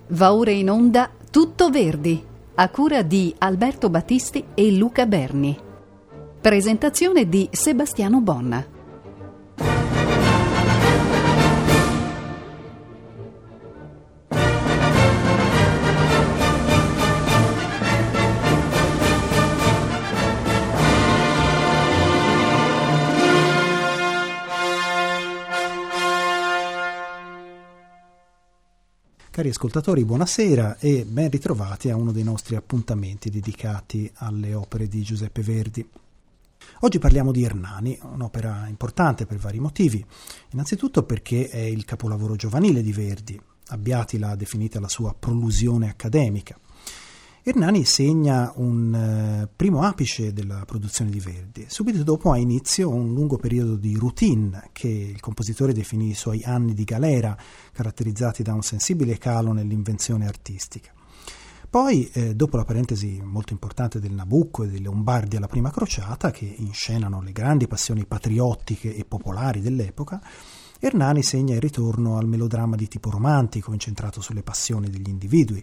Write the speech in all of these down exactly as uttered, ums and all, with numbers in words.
Va ora in onda Tutto Verdi, a cura di Alberto Battisti e Luca Berni. Presentazione di Sebastiano Bonna. Cari ascoltatori, buonasera e ben ritrovati a uno dei nostri appuntamenti dedicati alle opere di Giuseppe Verdi. Oggi parliamo di Ernani, un'opera importante per vari motivi. Innanzitutto perché è il capolavoro giovanile di Verdi. Abbiati l'ha definita la sua prolusione accademica. Ernani segna un eh, primo apice della produzione di Verdi. Subito dopo ha inizio un lungo periodo di routine che il compositore definì i suoi anni di galera, caratterizzati da un sensibile calo nell'invenzione artistica. Poi, eh, dopo la parentesi molto importante del Nabucco e dei Lombardi alla prima crociata, che inscenano le grandi passioni patriottiche e popolari dell'epoca, Ernani segna il ritorno al melodramma di tipo romantico, incentrato sulle passioni degli individui.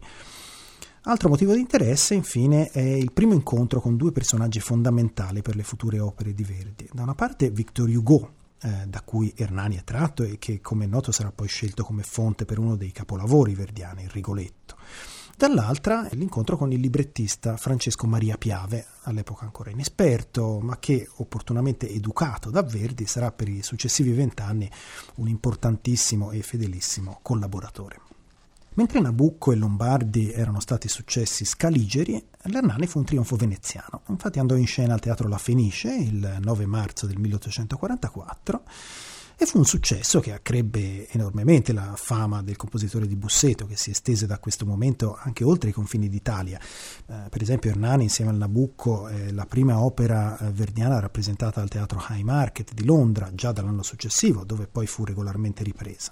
Altro motivo di interesse, infine, è il primo incontro con due personaggi fondamentali per le future opere di Verdi. Da una parte Victor Hugo, eh, da cui Ernani è tratto e che, come è noto, sarà poi scelto come fonte per uno dei capolavori verdiani, il Rigoletto. Dall'altra l'incontro con il librettista Francesco Maria Piave, all'epoca ancora inesperto, ma che, opportunamente educato da Verdi, sarà per i successivi vent'anni un importantissimo e fedelissimo collaboratore. Mentre Nabucco e Lombardi erano stati successi scaligeri, l'Ernani fu un trionfo veneziano. Infatti andò in scena al Teatro La Fenice il nove marzo del milleottocentoquarantaquattro e fu un successo che accrebbe enormemente la fama del compositore di Busseto, che si estese da questo momento anche oltre i confini d'Italia. Eh, per esempio Ernani insieme al Nabucco è la prima opera eh, verdiana rappresentata al Teatro Haymarket di Londra già dall'anno successivo, dove poi fu regolarmente ripresa.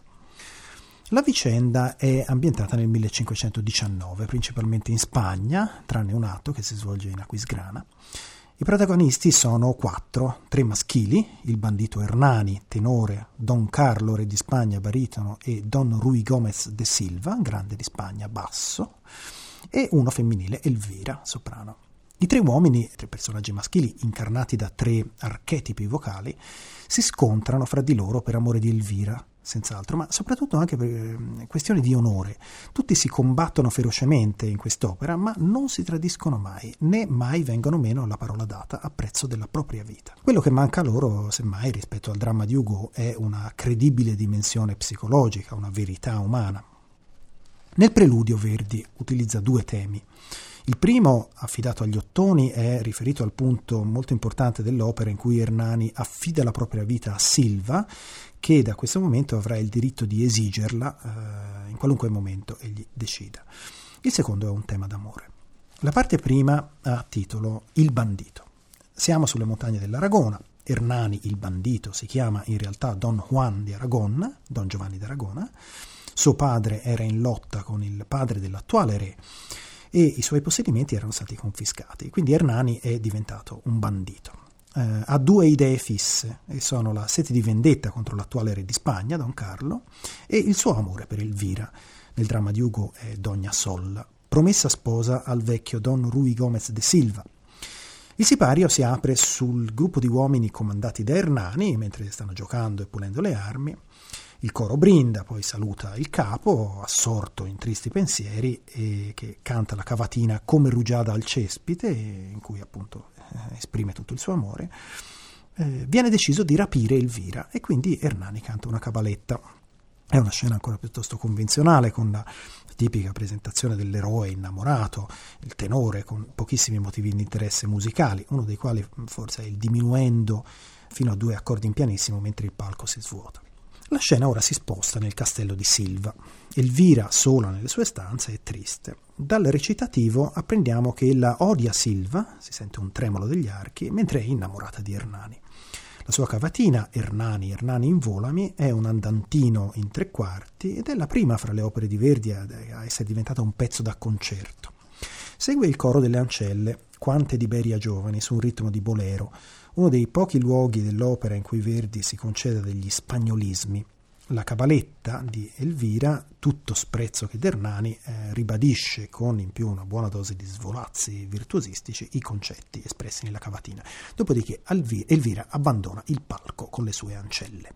La vicenda è ambientata nel millecinquecentodiciannove, principalmente in Spagna, tranne un atto che si svolge in Aquisgrana. I protagonisti sono quattro, tre maschili, il bandito Ernani, tenore, Don Carlo, re di Spagna, baritono, e Don Ruy Gómez de Silva, grande di Spagna, basso, e uno femminile, Elvira, soprano. I tre uomini, tre personaggi maschili incarnati da tre archetipi vocali, si scontrano fra di loro per amore di Elvira, senz'altro, ma soprattutto anche per questioni di onore. Tutti si combattono ferocemente in quest'opera, ma non si tradiscono mai, né mai vengono meno alla parola data a prezzo della propria vita. Quello che manca loro, semmai, rispetto al dramma di Hugo, è una credibile dimensione psicologica, una verità umana. Nel preludio Verdi utilizza due temi. Il primo, affidato agli ottoni, è riferito al punto molto importante dell'opera in cui Ernani affida la propria vita a Silva, che da questo momento avrà il diritto di esigerla eh, in qualunque momento egli decida. Il secondo è un tema d'amore. La parte prima ha titolo Il bandito. Siamo sulle montagne dell'Aragona. Ernani, il bandito, si chiama in realtà Don Juan di Aragona, Don Giovanni d'Aragona. Suo padre era in lotta con il padre dell'attuale re e i suoi possedimenti erano stati confiscati, quindi Ernani è diventato un bandito. Eh, ha due idee fisse, e sono la sete di vendetta contro l'attuale re di Spagna, Don Carlo, e il suo amore per Elvira, nel dramma di Hugo è Donna Sol, promessa sposa al vecchio Don Ruy Gómez de Silva. Il sipario si apre sul gruppo di uomini comandati da Ernani, mentre stanno giocando e pulendo le armi. Il coro brinda, poi saluta il capo, assorto in tristi pensieri, e che canta la cavatina Come rugiada al cespite, in cui appunto eh, esprime tutto il suo amore. Eh, viene deciso di rapire Elvira e quindi Ernani canta una cavaletta. È una scena ancora piuttosto convenzionale, con la tipica presentazione dell'eroe innamorato, il tenore con pochissimi motivi di interesse musicali, uno dei quali forse è il diminuendo fino a due accordi in pianissimo mentre il palco si svuota. La scena ora si sposta nel castello di Silva. Elvira, sola nelle sue stanze, è triste. Dal recitativo apprendiamo che ella odia Silva, si sente un tremolo degli archi, mentre è innamorata di Ernani. La sua cavatina, Ernani, Ernani involami, è un andantino in tre quarti ed è la prima fra le opere di Verdi a essere diventata un pezzo da concerto. Segue il coro delle ancelle, Quante di Beria giovani, su un ritmo di bolero, uno dei pochi luoghi dell'opera in cui Verdi si concede degli spagnolismi. la cabaletta di Elvira, tutto sprezzo che d'Ernani, eh, ribadisce con in più una buona dose di svolazzi virtuosistici i concetti espressi nella cavatina. Dopodiché Alvi- Elvira abbandona il palco con le sue ancelle.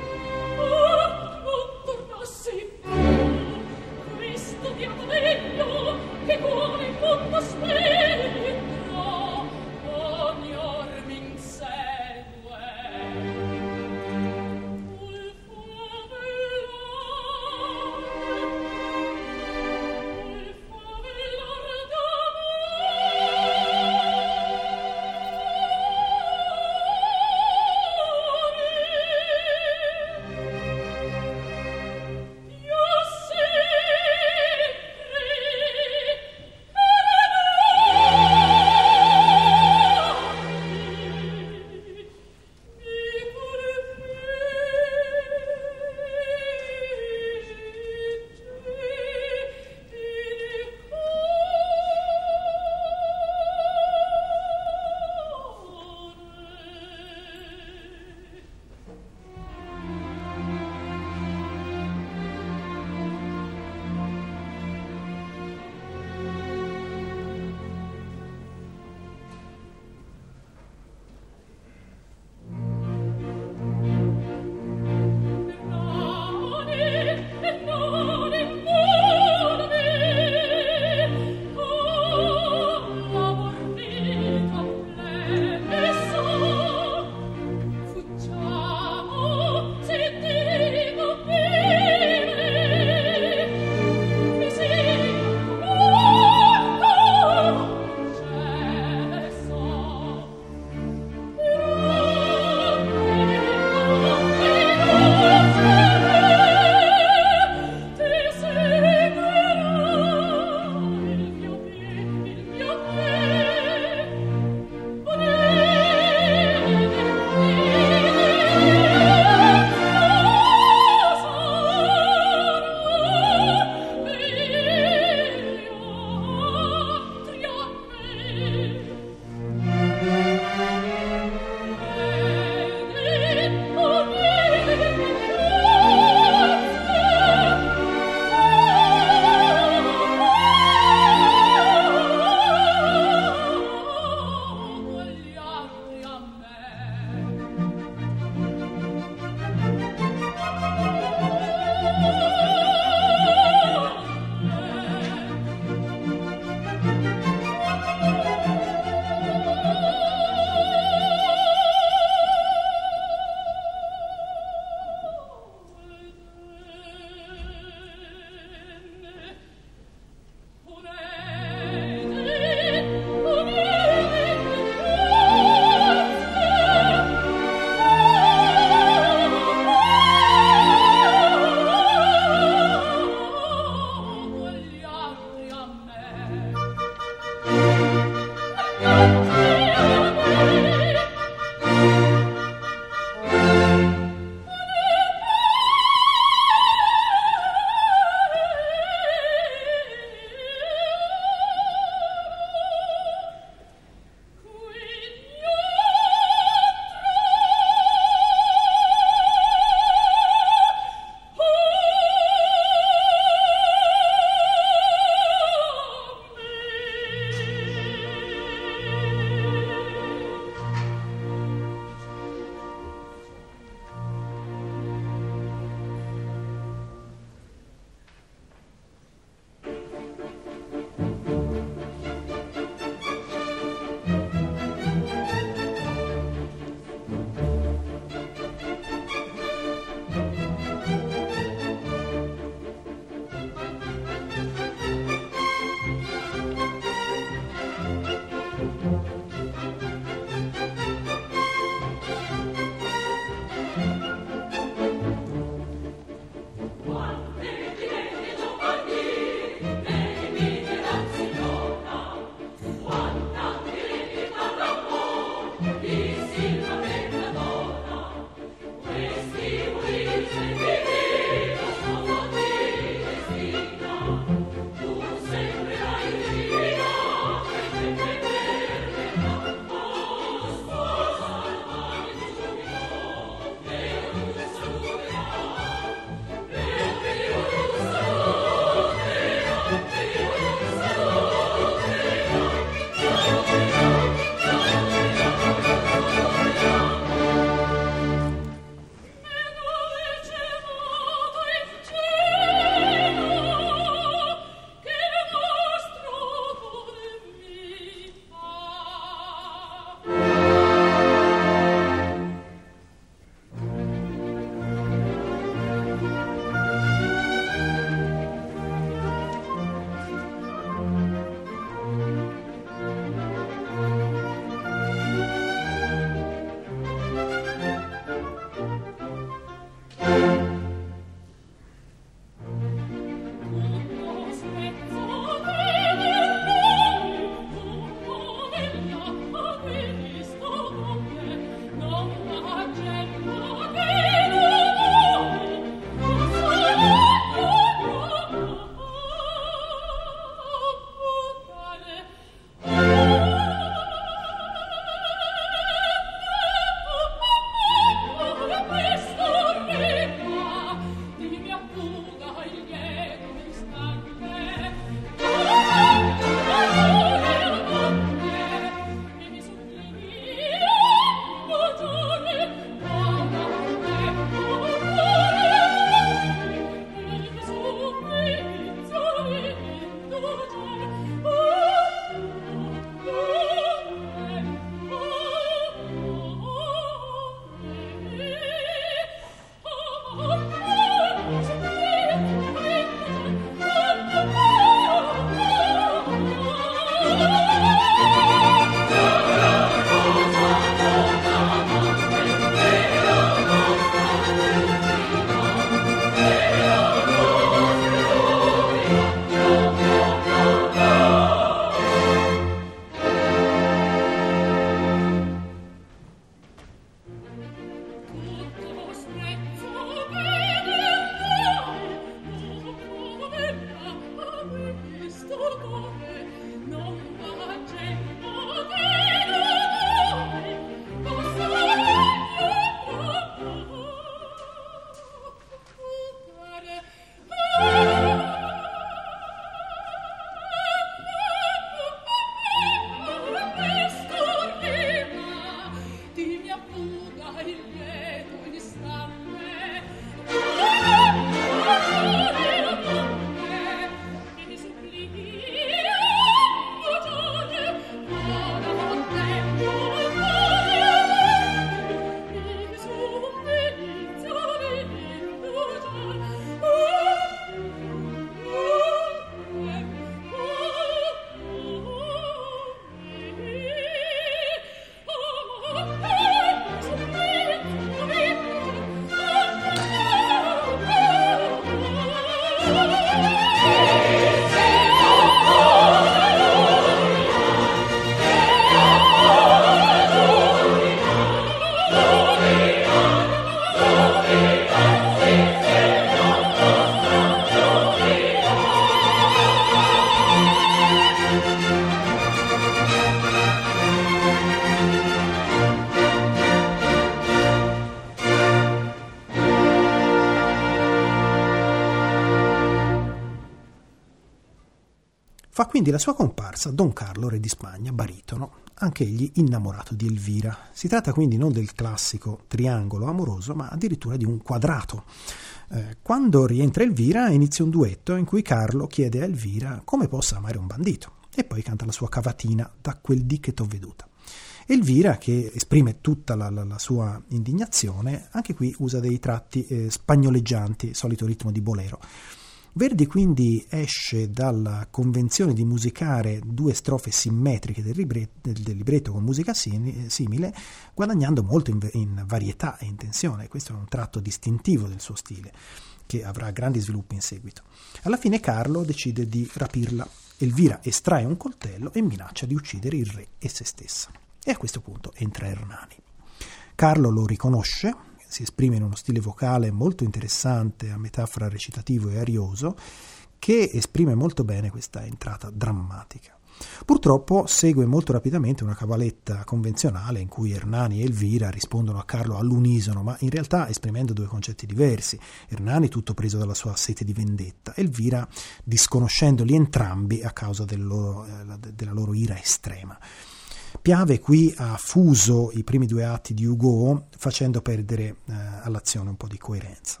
quindi la sua comparsa Don Carlo, re di Spagna, baritono, anch'egli innamorato di Elvira. Si tratta quindi non del classico triangolo amoroso, ma addirittura di un quadrato. Eh, quando rientra Elvira inizia un duetto in cui Carlo chiede a Elvira come possa amare un bandito e poi canta la sua cavatina Da quel dì che t'ho veduta. Elvira, che esprime tutta la, la, la sua indignazione, anche qui usa dei tratti eh, spagnoleggianti, solito ritmo di bolero. Verdi quindi esce dalla convenzione di musicare due strofe simmetriche del libretto, del libretto con musica simile, guadagnando molto in, in varietà e in tensione. Questo è un tratto distintivo del suo stile, che avrà grandi sviluppi in seguito. Alla fine Carlo decide di rapirla. Elvira estrae un coltello e minaccia di uccidere il re e se stessa. E a questo punto entra Ernani. Carlo lo riconosce, si esprime in uno stile vocale molto interessante, a metà fra recitativo e arioso, che esprime molto bene questa entrata drammatica. Purtroppo segue molto rapidamente una cavaletta convenzionale in cui Ernani e Elvira rispondono a Carlo all'unisono, ma in realtà esprimendo due concetti diversi. Ernani tutto preso dalla sua sete di vendetta, Elvira disconoscendoli entrambi a causa del loro, eh, della loro ira estrema. Piave qui ha fuso i primi due atti di Hugo, facendo perdere eh, all'azione un po' di coerenza.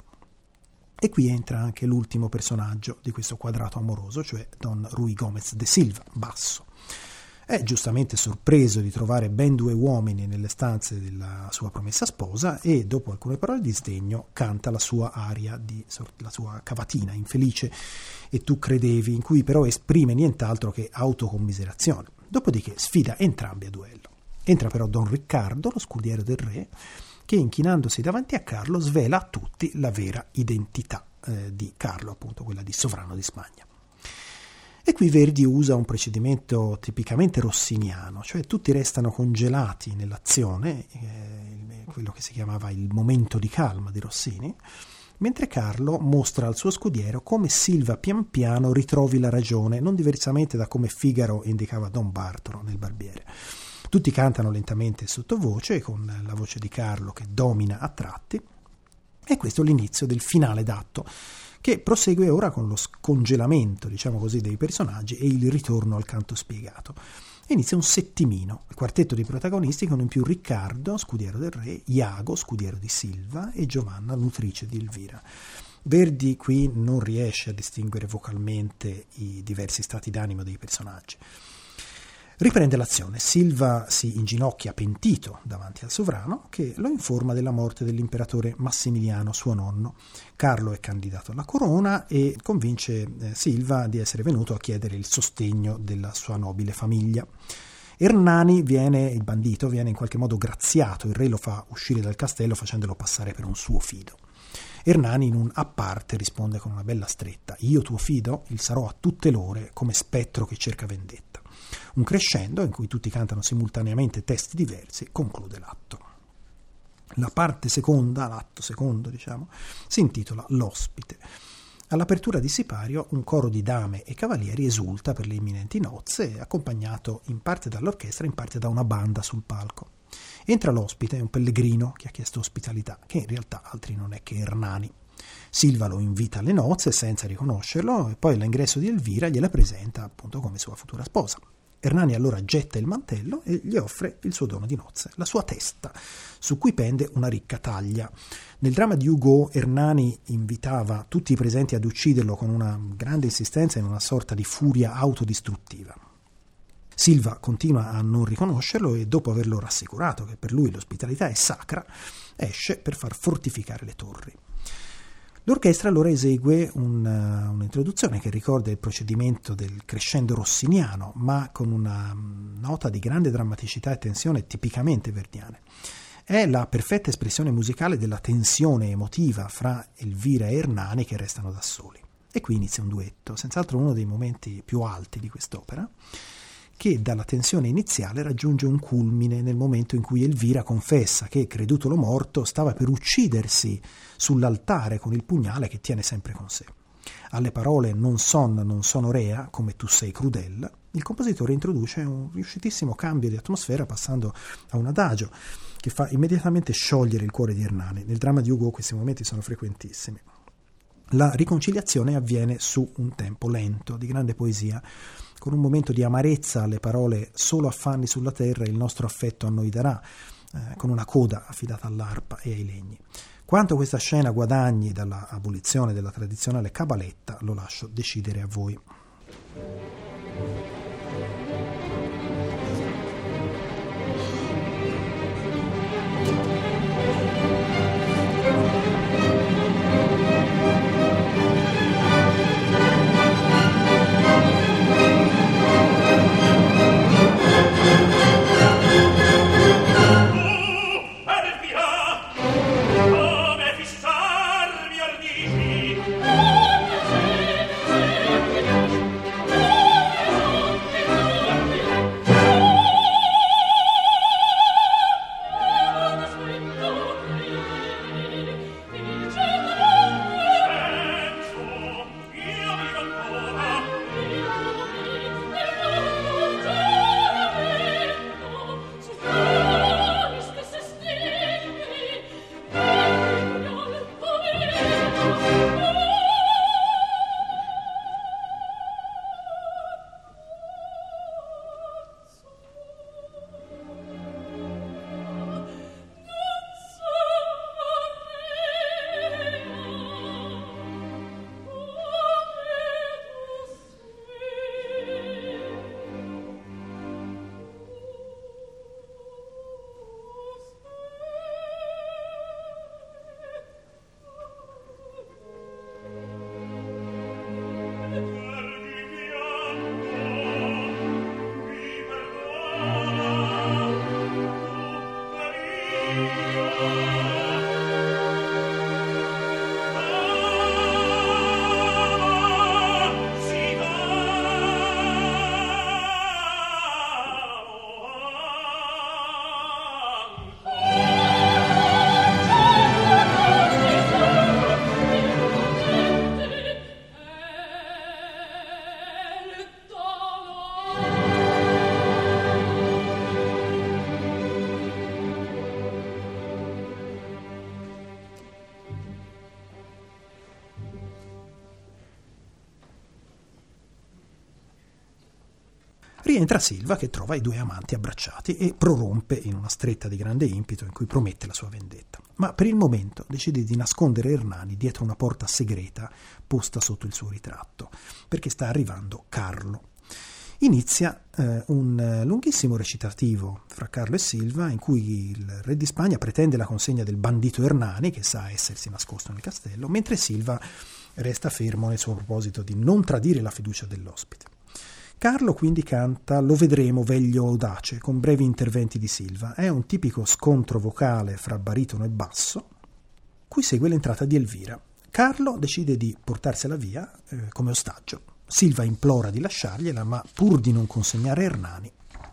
E qui entra anche l'ultimo personaggio di questo quadrato amoroso, cioè Don Ruy Gómez de Silva, basso. È giustamente sorpreso di trovare ben due uomini nelle stanze della sua promessa sposa e, dopo alcune parole di sdegno, canta la sua aria, di, la sua cavatina infelice e tu credevi, in cui però esprime nient'altro che autocommiserazione. Dopodiché sfida entrambi a duello. Entra però Don Riccardo, lo scudiero del re, che inchinandosi davanti a Carlo svela a tutti la vera identità eh, di Carlo, appunto quella di sovrano di Spagna. E qui Verdi usa un procedimento tipicamente rossiniano, cioè tutti restano congelati nell'azione, eh, quello che si chiamava il momento di calma di Rossini, mentre Carlo mostra al suo scudiero come Silva pian piano ritrovi la ragione, non diversamente da come Figaro indicava Don Bartolo nel Barbiere. Tutti cantano lentamente sottovoce, con la voce di Carlo che domina a tratti, e questo è l'inizio del finale d'atto, che prosegue ora con lo scongelamento, diciamo così, dei personaggi e il ritorno al canto spiegato. Inizia un settimino, il quartetto di protagonisti con in più Riccardo, scudiero del re, Iago, scudiero di Silva, e Giovanna, nutrice di Elvira. Verdi qui non riesce a distinguere vocalmente i diversi stati d'animo dei personaggi. Riprende l'azione. Silva si inginocchia pentito davanti al sovrano, che lo informa della morte dell'imperatore Massimiliano, suo nonno. Carlo è candidato alla corona e convince eh, Silva di essere venuto a chiedere il sostegno della sua nobile famiglia. Ernani viene, il bandito, viene in qualche modo graziato, il re lo fa uscire dal castello facendolo passare per un suo fido. Ernani in un a parte risponde con una bella stretta: io tuo fido, il sarò a tutte l'ore come spettro che cerca vendetta. Un crescendo in cui tutti cantano simultaneamente testi diversi conclude l'atto. La parte seconda, l'atto secondo diciamo, si intitola L'ospite. All'apertura di Sipario un coro di dame e cavalieri esulta per le imminenti nozze, accompagnato in parte dall'orchestra, in parte da una banda sul palco. Entra l'ospite, un pellegrino che ha chiesto ospitalità, che in realtà altri non è che Ernani. Silva lo invita alle nozze senza riconoscerlo e poi all'ingresso di Elvira gliela presenta appunto come sua futura sposa. Ernani allora getta il mantello e gli offre il suo dono di nozze, la sua testa, su cui pende una ricca taglia. Nel dramma di Hugo, Ernani invitava tutti i presenti ad ucciderlo con una grande insistenza in una sorta di furia autodistruttiva. Silva continua a non riconoscerlo e, dopo averlo rassicurato che per lui l'ospitalità è sacra, esce per far fortificare le torri. L'orchestra allora esegue un, uh, un'introduzione che ricorda il procedimento del crescendo rossiniano, ma con una nota di grande drammaticità e tensione tipicamente verdiane. È la perfetta espressione musicale della tensione emotiva fra Elvira e Ernani che restano da soli. E qui inizia un duetto, senz'altro uno dei momenti più alti di quest'opera, che dalla tensione iniziale raggiunge un culmine nel momento in cui Elvira confessa che, credutolo morto, stava per uccidersi sull'altare con il pugnale che tiene sempre con sé. Alle parole «non son, non sono rea, come tu sei crudel», il compositore introduce un riuscitissimo cambio di atmosfera passando a un adagio che fa immediatamente sciogliere il cuore di Ernani. Nel dramma di Hugo questi momenti sono frequentissimi. La riconciliazione avviene su un tempo lento, di grande poesia, Con un momento di amarezza alle parole «solo affanni sulla terra il nostro affetto a noi darà», eh, con una coda affidata all'arpa e ai legni. Quanto questa scena guadagni dalla abolizione della tradizionale cabaletta lo lascio decidere a voi. Rientra Silva, che trova i due amanti abbracciati e prorompe in una stretta di grande impeto in cui promette la sua vendetta. Ma per il momento decide di nascondere Ernani dietro una porta segreta posta sotto il suo ritratto, perché sta arrivando Carlo. Inizia eh, un lunghissimo recitativo fra Carlo e Silva, in cui il re di Spagna pretende la consegna del bandito Ernani, che sa essersi nascosto nel castello, mentre Silva resta fermo nel suo proposito di non tradire la fiducia dell'ospite. Carlo quindi canta «Lo vedremo, veglio audace», con brevi interventi di Silva. È un tipico scontro vocale fra baritono e basso, cui segue l'entrata di Elvira. Carlo decide di portarsela via eh, come ostaggio. Silva implora di lasciargliela, ma pur di non consegnare Ernani,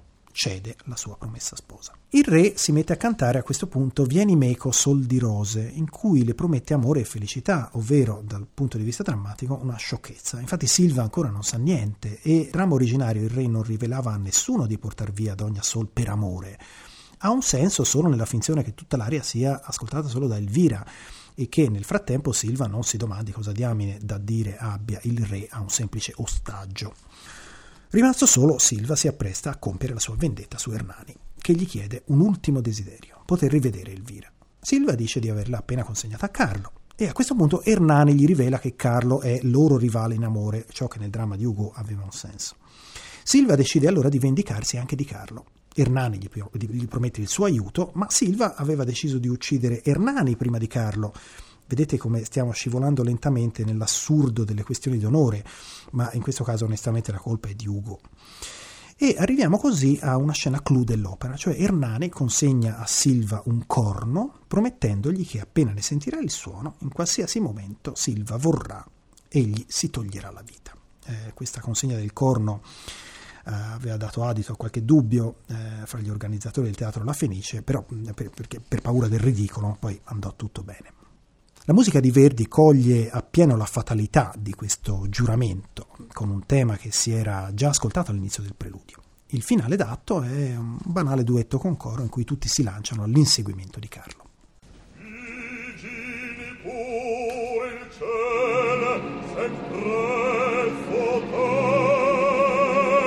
cede la sua promessa sposa. Il re si mette a cantare a questo punto «Vieni meco sol di rose», in cui le promette amore e felicità, ovvero, dal punto di vista drammatico, una sciocchezza. Infatti Silva ancora non sa niente e il dramma originario il re non rivelava a nessuno di portar via Donna Sol per amore. Ha un senso solo nella finzione che tutta l'aria sia ascoltata solo da Elvira e che nel frattempo Silva non si domandi cosa diamine da dire abbia il re a un semplice ostaggio. Rimasto solo, Silva si appresta a compiere la sua vendetta su Ernani, che gli chiede un ultimo desiderio, poter rivedere Elvira. Silva dice di averla appena consegnata a Carlo, e a questo punto Ernani gli rivela che Carlo è loro rivale in amore, ciò che nel dramma di Hugo aveva un senso. Silva decide allora di vendicarsi anche di Carlo. Ernani gli, gli promette il suo aiuto, ma Silva aveva deciso di uccidere Ernani prima di Carlo. Vedete come stiamo scivolando lentamente nell'assurdo delle questioni d'onore, ma in questo caso onestamente la colpa è di Hugo. E arriviamo così a una scena clou dell'opera, cioè Ernani consegna a Silva un corno, promettendogli che appena ne sentirà il suono, in qualsiasi momento Silva vorrà, egli si toglierà la vita. Eh, questa consegna del corno eh, aveva dato adito a qualche dubbio eh, fra gli organizzatori del teatro La Fenice, però per, perché, per paura del ridicolo poi andò tutto bene. La musica di Verdi coglie appieno la fatalità di questo giuramento, con un tema che si era già ascoltato all'inizio del preludio. Il finale d'atto è un banale duetto con coro in cui tutti si lanciano all'inseguimento di Carlo. Sempre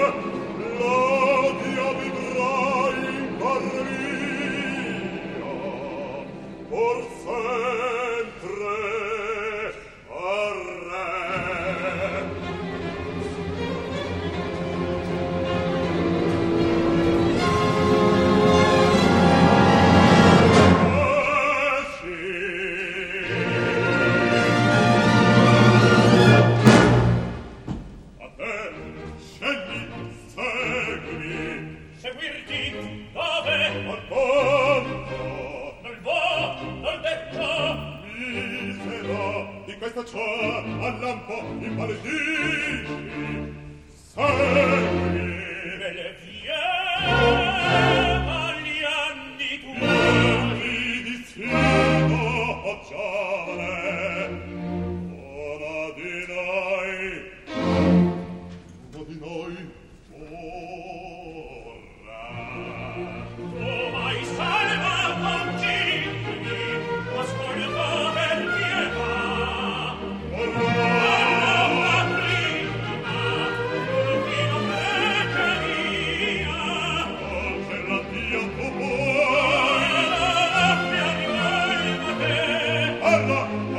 Allah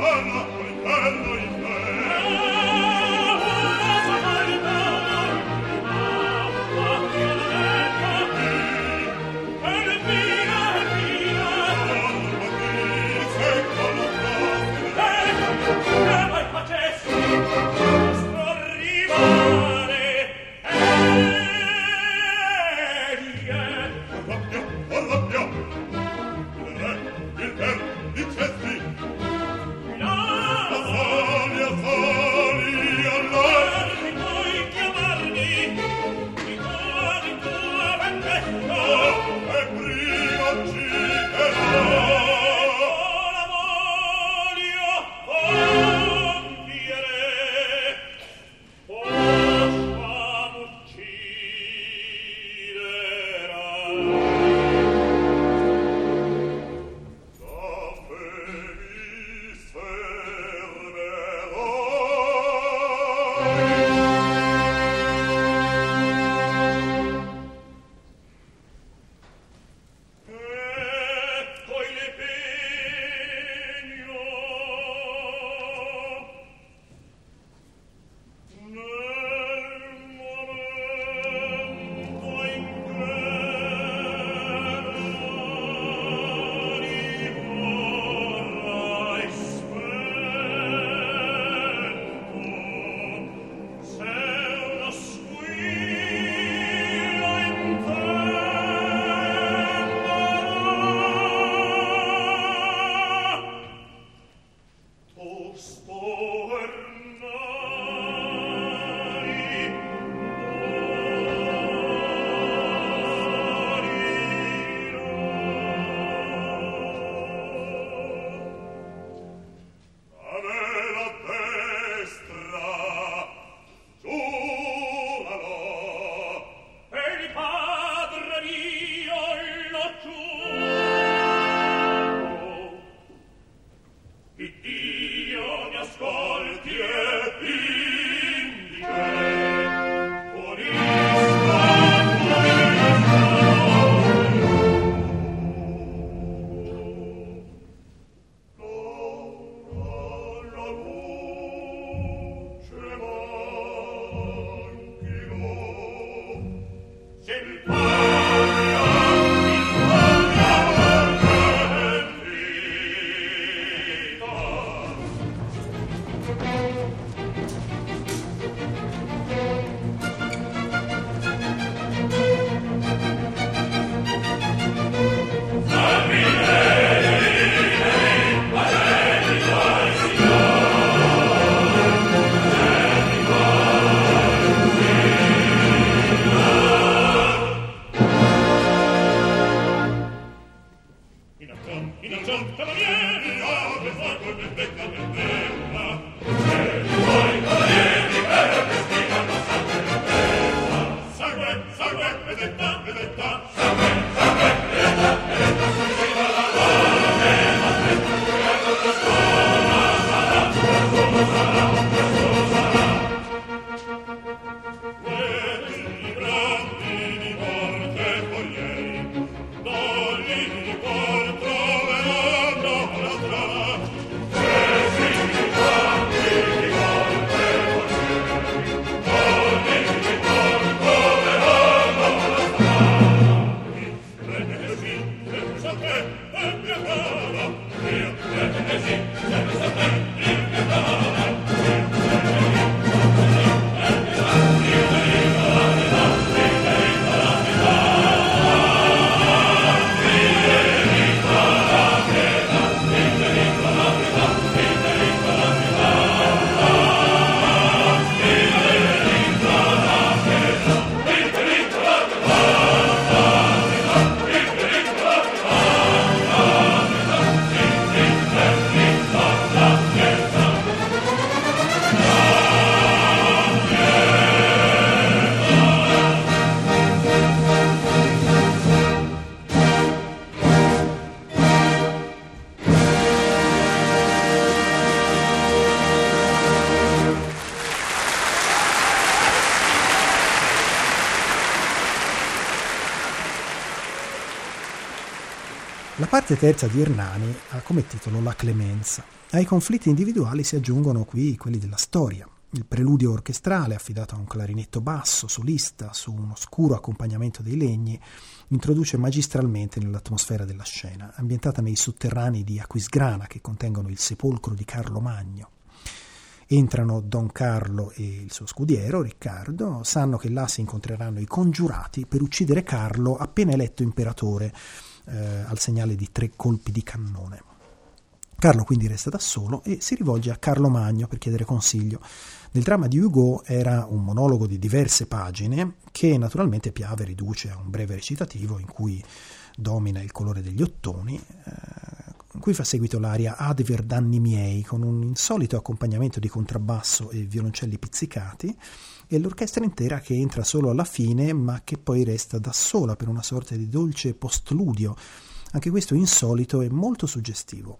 La parte terza di Ernani ha come titolo La Clemenza. Ai conflitti individuali si aggiungono qui quelli della storia. Il preludio orchestrale, affidato a un clarinetto basso, solista, su un oscuro accompagnamento dei legni, introduce magistralmente nell'atmosfera della scena, ambientata nei sotterranei di Aquisgrana che contengono il sepolcro di Carlo Magno. Entrano Don Carlo e il suo scudiero, Riccardo, sanno che là si incontreranno i congiurati per uccidere Carlo appena eletto imperatore, eh, al segnale di tre colpi di cannone. Carlo quindi resta da solo e si rivolge a Carlo Magno per chiedere consiglio. Nel dramma di Hugo era un monologo di diverse pagine che naturalmente Piave riduce a un breve recitativo in cui domina il colore degli ottoni, eh, in cui fa seguito l'aria Ade Verdanni miei con un insolito accompagnamento di contrabbasso e violoncelli pizzicati e l'orchestra intera che entra solo alla fine ma che poi resta da sola per una sorta di dolce postludio, anche questo insolito e molto suggestivo.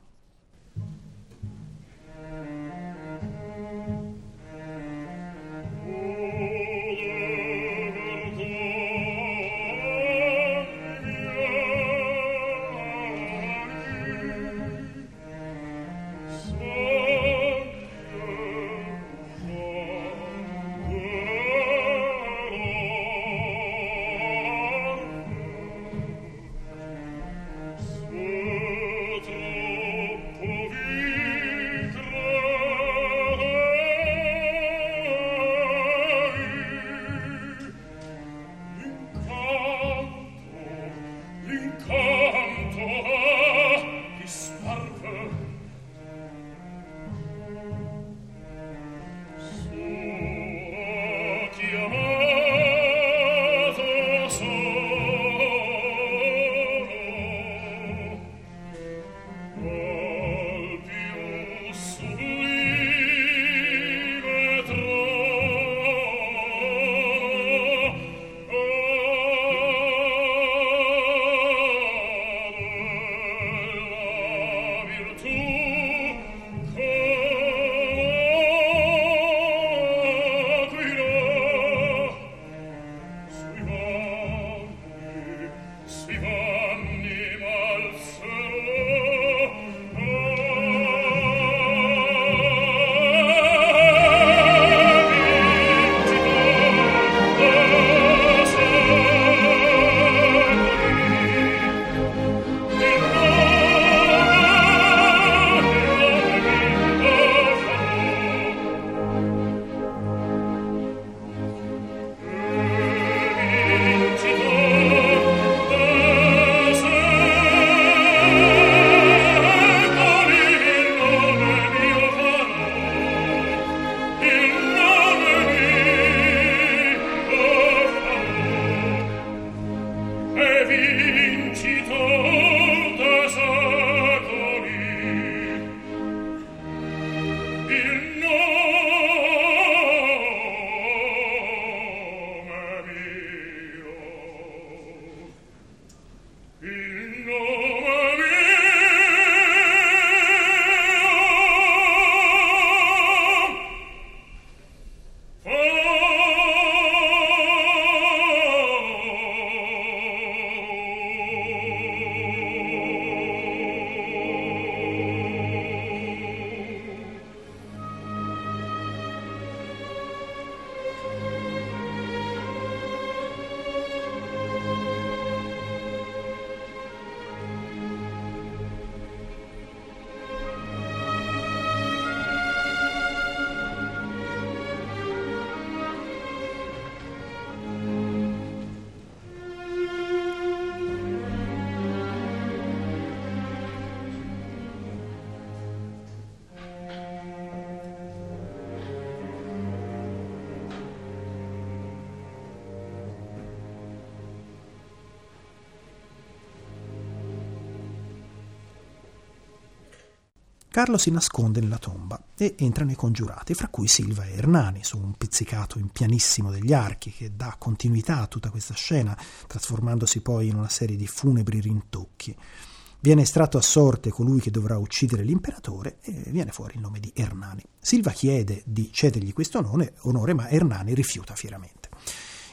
Carlo si nasconde nella tomba e entrano i congiurati, fra cui Silva e Ernani, su un pizzicato in pianissimo degli archi che dà continuità a tutta questa scena, trasformandosi poi in una serie di funebri rintocchi. Viene estratto a sorte colui che dovrà uccidere l'imperatore e viene fuori il nome di Ernani. Silva chiede di cedergli questo onore, onore ma Ernani rifiuta fieramente.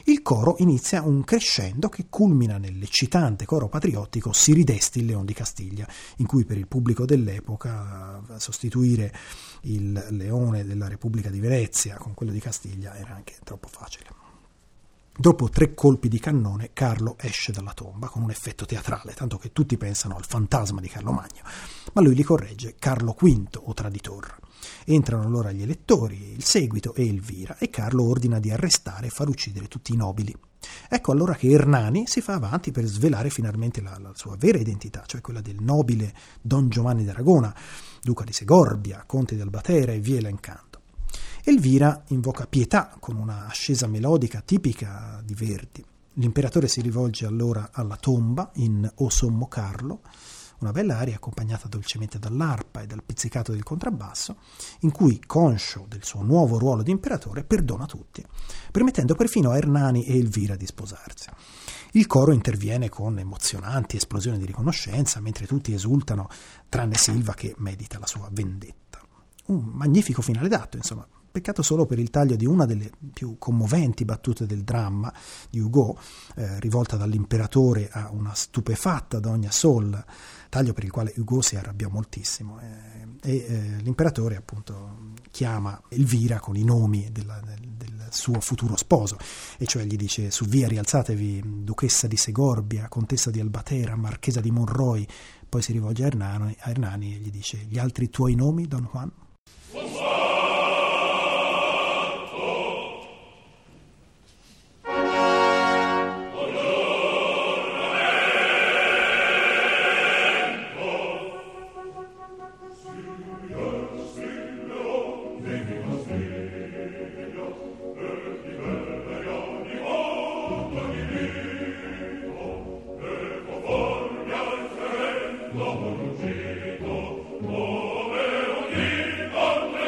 il coro inizia un crescendo che culmina nell'eccitante coro patriottico Si ridesti il Leon di Castiglia, in cui per il pubblico dell'epoca sostituire il leone della Repubblica di Venezia con quello di Castiglia era anche troppo facile. Dopo tre colpi di cannone, Carlo esce dalla tomba con un effetto teatrale, tanto che tutti pensano al fantasma di Carlo Magno, ma lui li corregge Carlo quinto o traditor. Entrano allora gli elettori, il seguito e Elvira, e Carlo ordina di arrestare e far uccidere tutti i nobili. Ecco allora che Ernani si fa avanti per svelare finalmente la, la sua vera identità, cioè quella del nobile Don Giovanni d'Aragona, duca di Segorbia, conte di Albatera e via elencando. Elvira invoca pietà con una ascesa melodica tipica di Verdi. L'imperatore si rivolge allora alla tomba in O Sommo Carlo, una bella aria accompagnata dolcemente dall'arpa e dal pizzicato del contrabbasso, in cui, conscio del suo nuovo ruolo di imperatore, perdona tutti, permettendo perfino a Ernani e Elvira di sposarsi. Il coro interviene con emozionanti esplosioni di riconoscenza, mentre tutti esultano, tranne Silva che medita la sua vendetta. Un magnifico finale d'atto, insomma. Peccato solo per il taglio di una delle più commoventi battute del dramma di Hugo, eh, rivolta dall'imperatore a una stupefatta Donna Sol, taglio per il quale Hugo si arrabbiò moltissimo. Eh, e eh, l'imperatore appunto chiama Elvira con i nomi della, del, del suo futuro sposo, e cioè gli dice: su via rialzatevi, duchessa di Segorbia, contessa di Albatera, marchesa di Monroy. Poi si rivolge a Ernani, a Ernani e gli dice: gli altri tuoi nomi, Don Juan? Oh,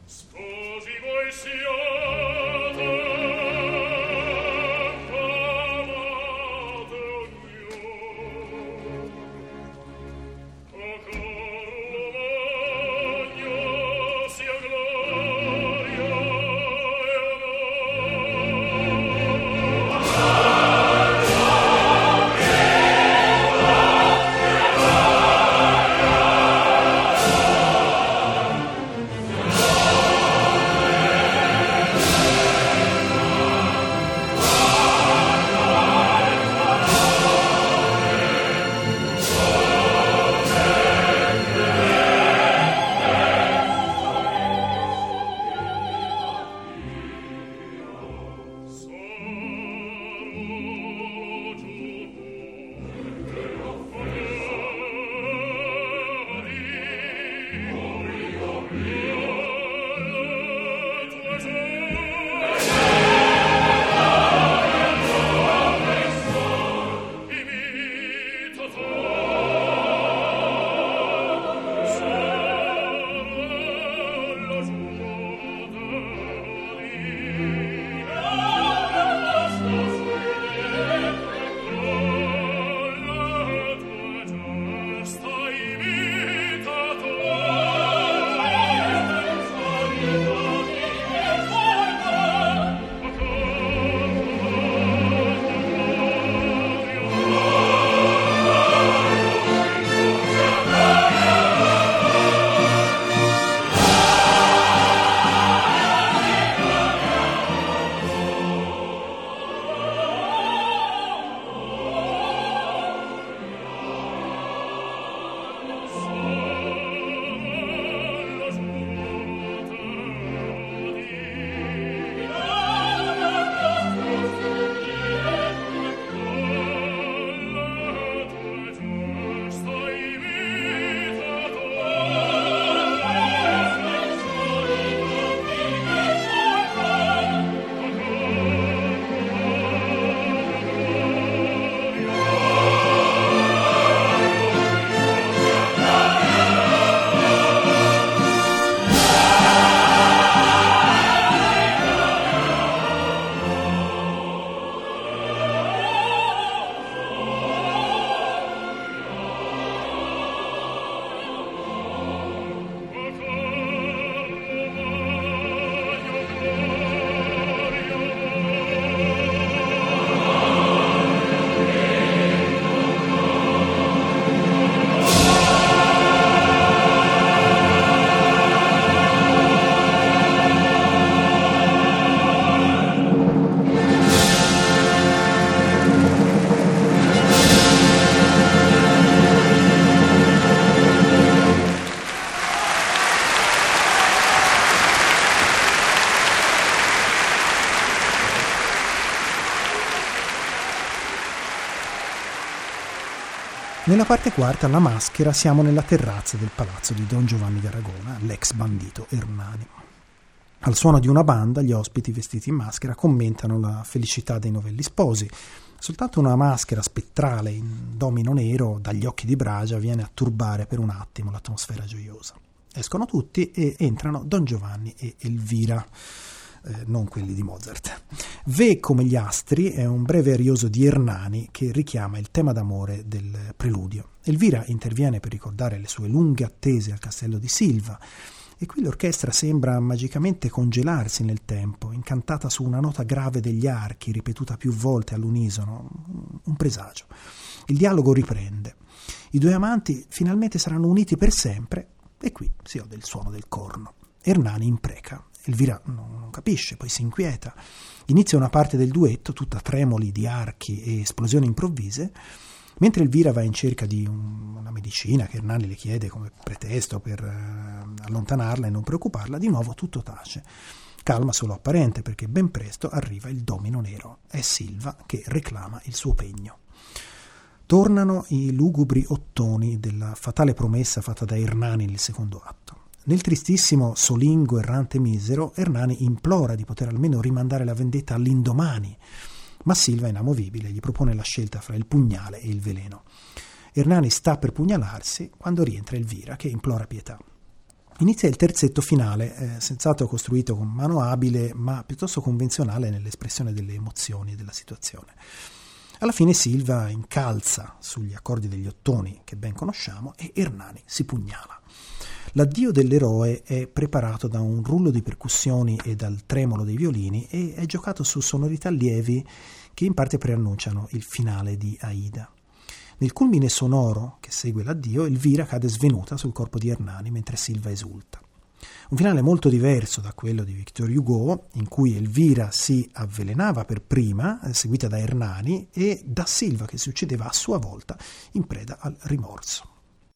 Nella parte quarta, La maschera, siamo nella terrazza del palazzo di Don Giovanni d'Aragona, l'ex bandito Ernani. Al suono di una banda, gli ospiti vestiti in maschera commentano la felicità dei novelli sposi. Soltanto una maschera spettrale in domino nero dagli occhi di bragia viene a turbare per un attimo l'atmosfera gioiosa. Escono tutti e entrano Don Giovanni e Elvira, eh, non quelli di Mozart. Ve come gli astri è un breve arioso di Ernani che richiama il tema d'amore del preludio. Elvira interviene per ricordare le sue lunghe attese al castello di Silva, e qui l'orchestra sembra magicamente congelarsi nel tempo, incantata su una nota grave degli archi, ripetuta più volte all'unisono, un presagio. Il dialogo riprende. I due amanti finalmente saranno uniti per sempre, e qui si ode il suono del corno. Ernani impreca. Elvira non capisce, poi si inquieta. Inizia una parte del duetto, tutta tremoli di archi e esplosioni improvvise, mentre Elvira va in cerca di un, una medicina che Ernani le chiede come pretesto per eh, allontanarla e non preoccuparla. Di nuovo tutto tace. Calma solo apparente, perché ben presto arriva il domino nero. È Silva che reclama il suo pegno. Tornano i lugubri ottoni della fatale promessa fatta da Ernani nel secondo atto. Nel tristissimo Solingo errante misero, Ernani implora di poter almeno rimandare la vendetta all'indomani, ma Silva, inamovibile, gli propone la scelta fra il pugnale e il veleno. Ernani sta per pugnalarsi quando rientra Elvira, che implora pietà. Inizia il terzetto finale, eh, senz'altro costruito con mano abile, ma piuttosto convenzionale nell'espressione delle emozioni e della situazione. Alla fine Silva incalza sugli accordi degli ottoni che ben conosciamo e Ernani si pugnala. L'addio dell'eroe è preparato da un rullo di percussioni e dal tremolo dei violini e è giocato su sonorità lievi che in parte preannunciano il finale di Aida. Nel culmine sonoro che segue l'addio, Elvira cade svenuta sul corpo di Ernani mentre Silva esulta. Un finale molto diverso da quello di Victor Hugo, in cui Elvira si avvelenava per prima, seguita da Ernani, e da Silva che si uccideva a sua volta in preda al rimorso.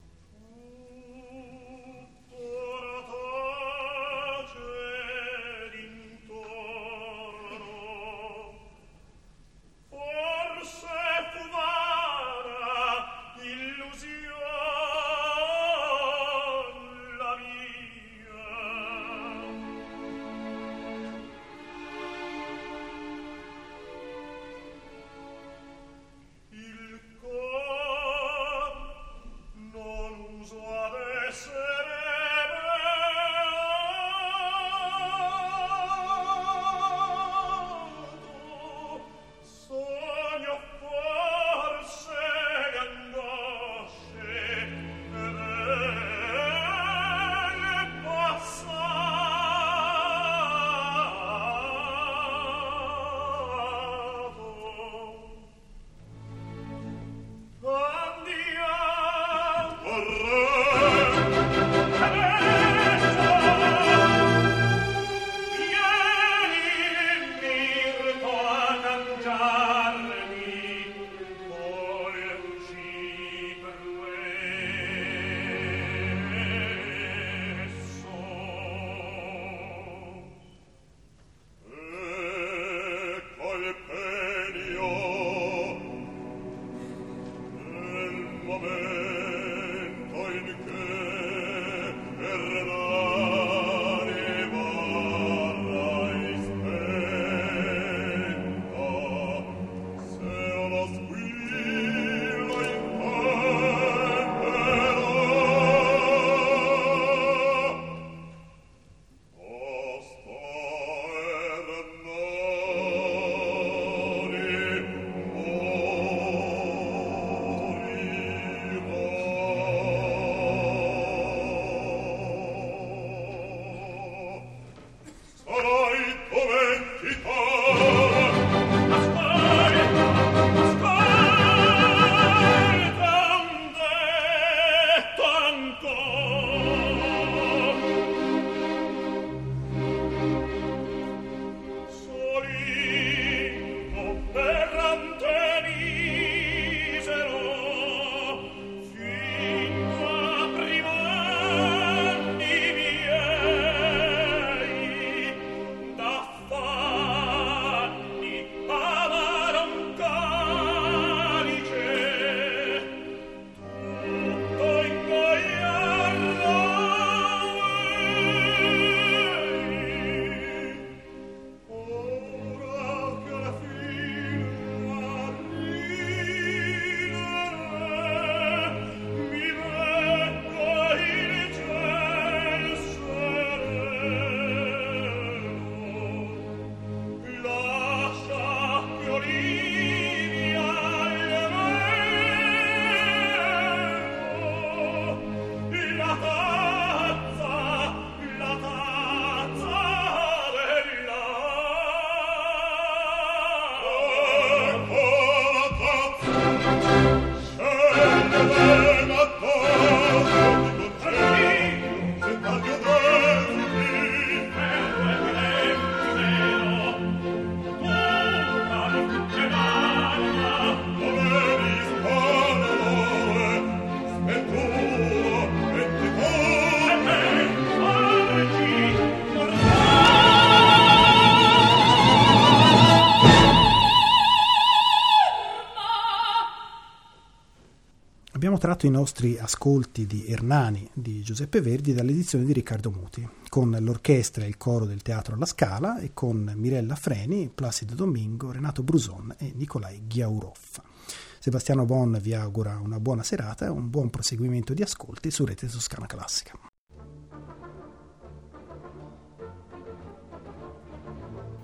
Abbiamo tratto i nostri ascolti di Ernani di Giuseppe Verdi dall'edizione di Riccardo Muti, con l'orchestra e il coro del Teatro alla Scala e con Mirella Freni, Placido Domingo, Renato Bruson e Nicolai Ghiauroffa. Sebastiano Bon vi augura una buona serata e un buon proseguimento di ascolti su Rete Toscana Classica.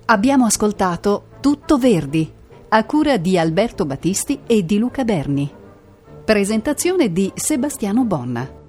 Abbiamo ascoltato Tutto Verdi, a cura di Alberto Battisti e di Luca Berni. Presentazione di Sebastiano Bonna.